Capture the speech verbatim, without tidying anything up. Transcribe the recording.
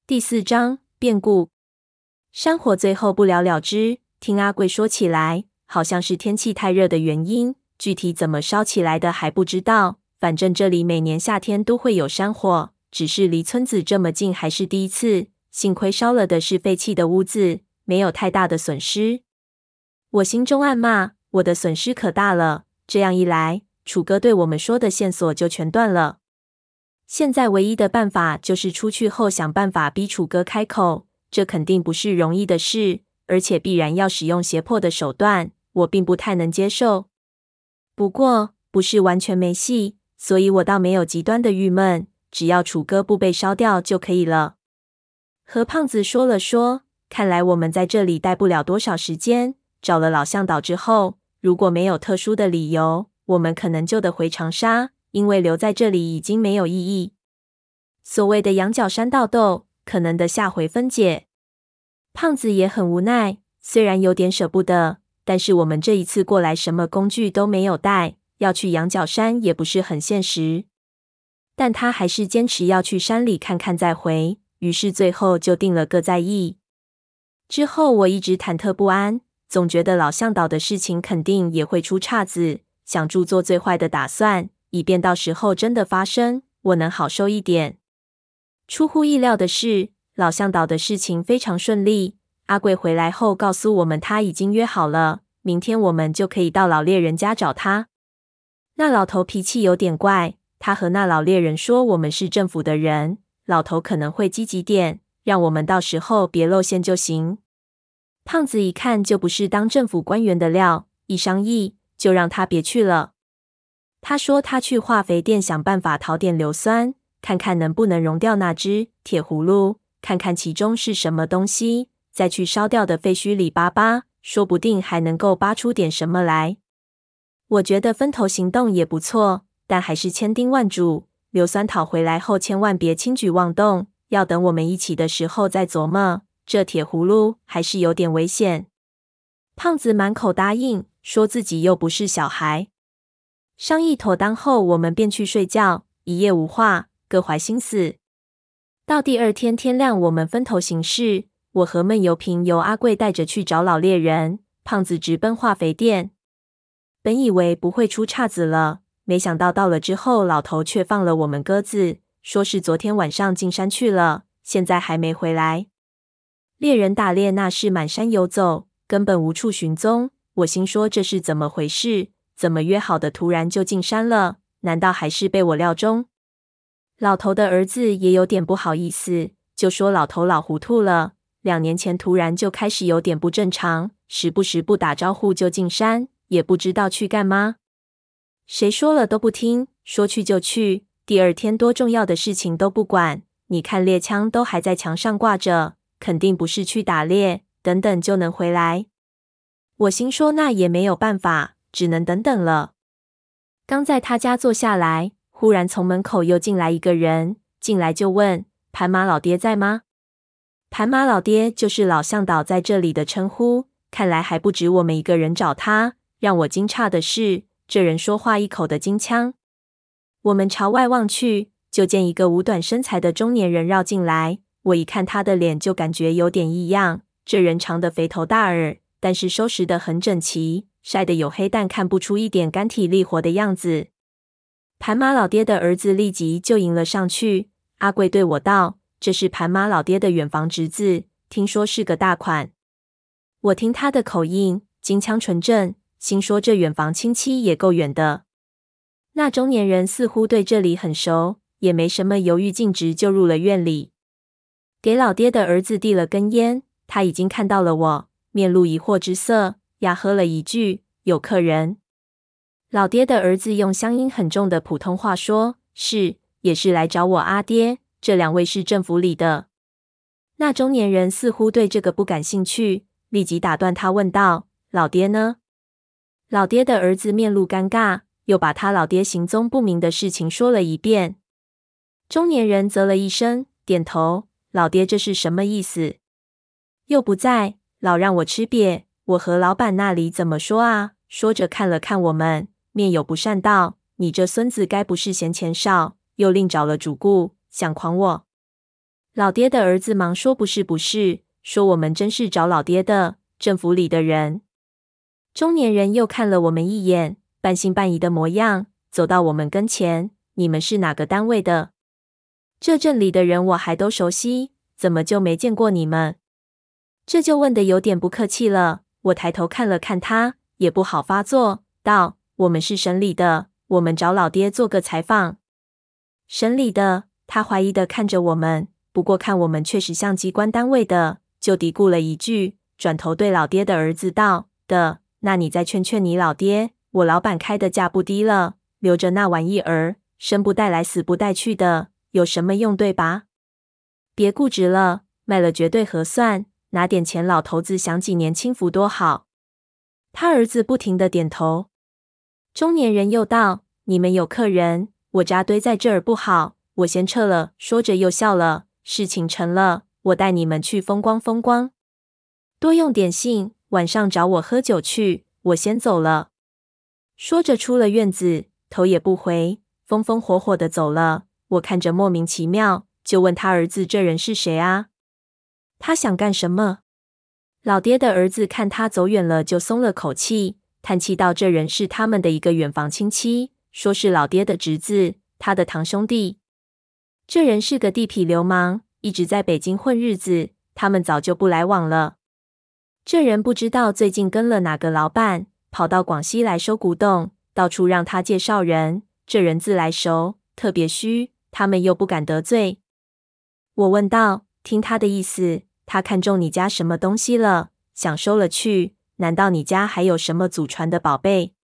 第四章变故。山火最后不了了之，听阿贵说起来，好像是天气太热的原因，具体怎么烧起来的还不知道。反正这里每年夏天都会有山火，只是离村子这么近还是第一次。幸亏烧了的是废弃的屋子，没有太大的损失。我心中暗骂，我的损失可大了。这样一来，楚哥对我们说的线索就全断了。现在唯一的办法就是出去后想办法逼楚哥开口，这肯定不是容易的事，而且必然要使用胁迫的手段，我并不太能接受。不过不是完全没戏，所以我倒没有极端的郁闷，只要楚哥不被烧掉就可以了。和胖子说了说，看来我们在这里待不了多少时间，找了老向导之后，如果没有特殊的理由，我们可能就得回长沙，因为留在这里已经没有意义。所谓的羊角山盗斗，可能的下回分解。胖子也很无奈，虽然有点舍不得，但是我们这一次过来什么工具都没有带，要去羊角山也不是很现实。但他还是坚持要去山里看看再回，于是最后就定了个在意。之后我一直忐忑不安，总觉得老向导的事情肯定也会出岔子，想著做最坏的打算，以便到时候真的发生，我能好受一点。出乎意料的是，老向导的事情非常顺利。阿贵回来后告诉我们他已经约好了，明天我们就可以到老猎人家找他。那老头脾气有点怪，他和那老猎人说我们是政府的人，老头可能会积极点，让我们到时候别露馅就行。胖子一看就不是当政府官员的料，一商议就让他别去了。他说他去化肥店想办法淘点硫酸，看看能不能溶掉那只铁葫芦，看看其中是什么东西，再去烧掉的废墟里扒扒，说不定还能够扒出点什么来。我觉得分头行动也不错，但还是千叮万嘱，硫酸讨回来后千万别轻举妄动，要等我们一起的时候再琢磨，这铁葫芦还是有点危险。胖子满口答应，说自己又不是小孩。商议妥当后，我们便去睡觉，一夜无话，各怀心思。到第二天天亮，我们分头行事，我和闷油瓶由阿贵带着去找老猎人，胖子直奔化肥店。本以为不会出岔子了，没想到到了之后，老头却放了我们鸽子，说是昨天晚上进山去了，现在还没回来。猎人打猎那是满山游走，根本无处寻踪。我心说这是怎么回事？怎么约好的突然就进山了？难道还是被我料中？老头的儿子也有点不好意思，就说老头老糊涂了，两年前突然就开始有点不正常，时不时不打招呼就进山，也不知道去干嘛。谁说了都不听，说去就去，第二天多重要的事情都不管，你看猎枪都还在墙上挂着，肯定不是去打猎，等等就能回来。我心说那也没有办法，只能等等了。刚在他家坐下来，忽然从门口又进来一个人，进来就问盘马老爹在吗？盘马老爹就是老向导在这里的称呼，看来还不止我们一个人找他。让我惊诧的是，这人说话一口的京腔。我们朝外望去，就见一个五短身材的中年人绕进来，我一看他的脸就感觉有点异样，这人长得肥头大耳，但是收拾得很整齐，晒得黝黑，但看不出一点干体力活的样子。盘马老爹的儿子立即就迎了上去，阿贵对我道，这是盘马老爹的远房侄子，听说是个大款。我听他的口音，京腔纯正，心说这远房亲戚也够远的。那中年人似乎对这里很熟，也没什么犹豫，径直就入了院里，给老爹的儿子递了根烟。他已经看到了我，面露疑惑之色，压喝了一句，有客人。老爹的儿子用乡音很重的普通话说，是，也是来找我阿爹，这两位是政府里的。那中年人似乎对这个不感兴趣，立即打断他问道，老爹呢？老爹的儿子面露尴尬，又把他老爹行踪不明的事情说了一遍。中年人啧了一声，点头，老爹这是什么意思？又不在，老让我吃瘪，我和老板那里怎么说啊？说着看了看我们，面有不善道，你这孙子该不是嫌钱少，又另找了主顾，想诓我？ 老爹的儿子忙说不是不是，说我们真是找老爹的，政府里的人。中年人又看了我们一眼，半信半疑的模样，走到我们跟前，你们是哪个单位的？这镇里的人我还都熟悉，怎么就没见过你们？这就问得有点不客气了。我抬头看了看他，也不好发作，道：我们是省里的，我们找老爹做个采访。省里的？他怀疑的看着我们，不过看我们确实像机关单位的，就嘀咕了一句，转头对老爹的儿子道：的，那你再劝劝你老爹，我老板开的价不低了，留着那玩意儿，生不带来死不带去的，有什么用对吧？别固执了，卖了绝对合算，拿点钱老头子享几年清福多好。他儿子不停的点头。中年人又道：你们有客人，我扎堆在这儿不好，我先撤了。说着又笑了，事情成了，我带你们去风光风光，多用点信，晚上找我喝酒去，我先走了。说着出了院子，头也不回，风风火火的走了。我看着莫名其妙，就问他儿子这人是谁啊？他想干什么？老爹的儿子看他走远了，就松了口气，叹气道：这人是他们的一个远房亲戚，说是老爹的侄子，他的堂兄弟。这人是个地痞流氓，一直在北京混日子，他们早就不来往了。这人不知道最近跟了哪个老板，跑到广西来收古董，到处让他介绍人，这人自来熟，特别虚，他们又不敢得罪。我问道：听他的意思，他看中你家什么东西了，想收了去，难道你家还有什么祖传的宝贝？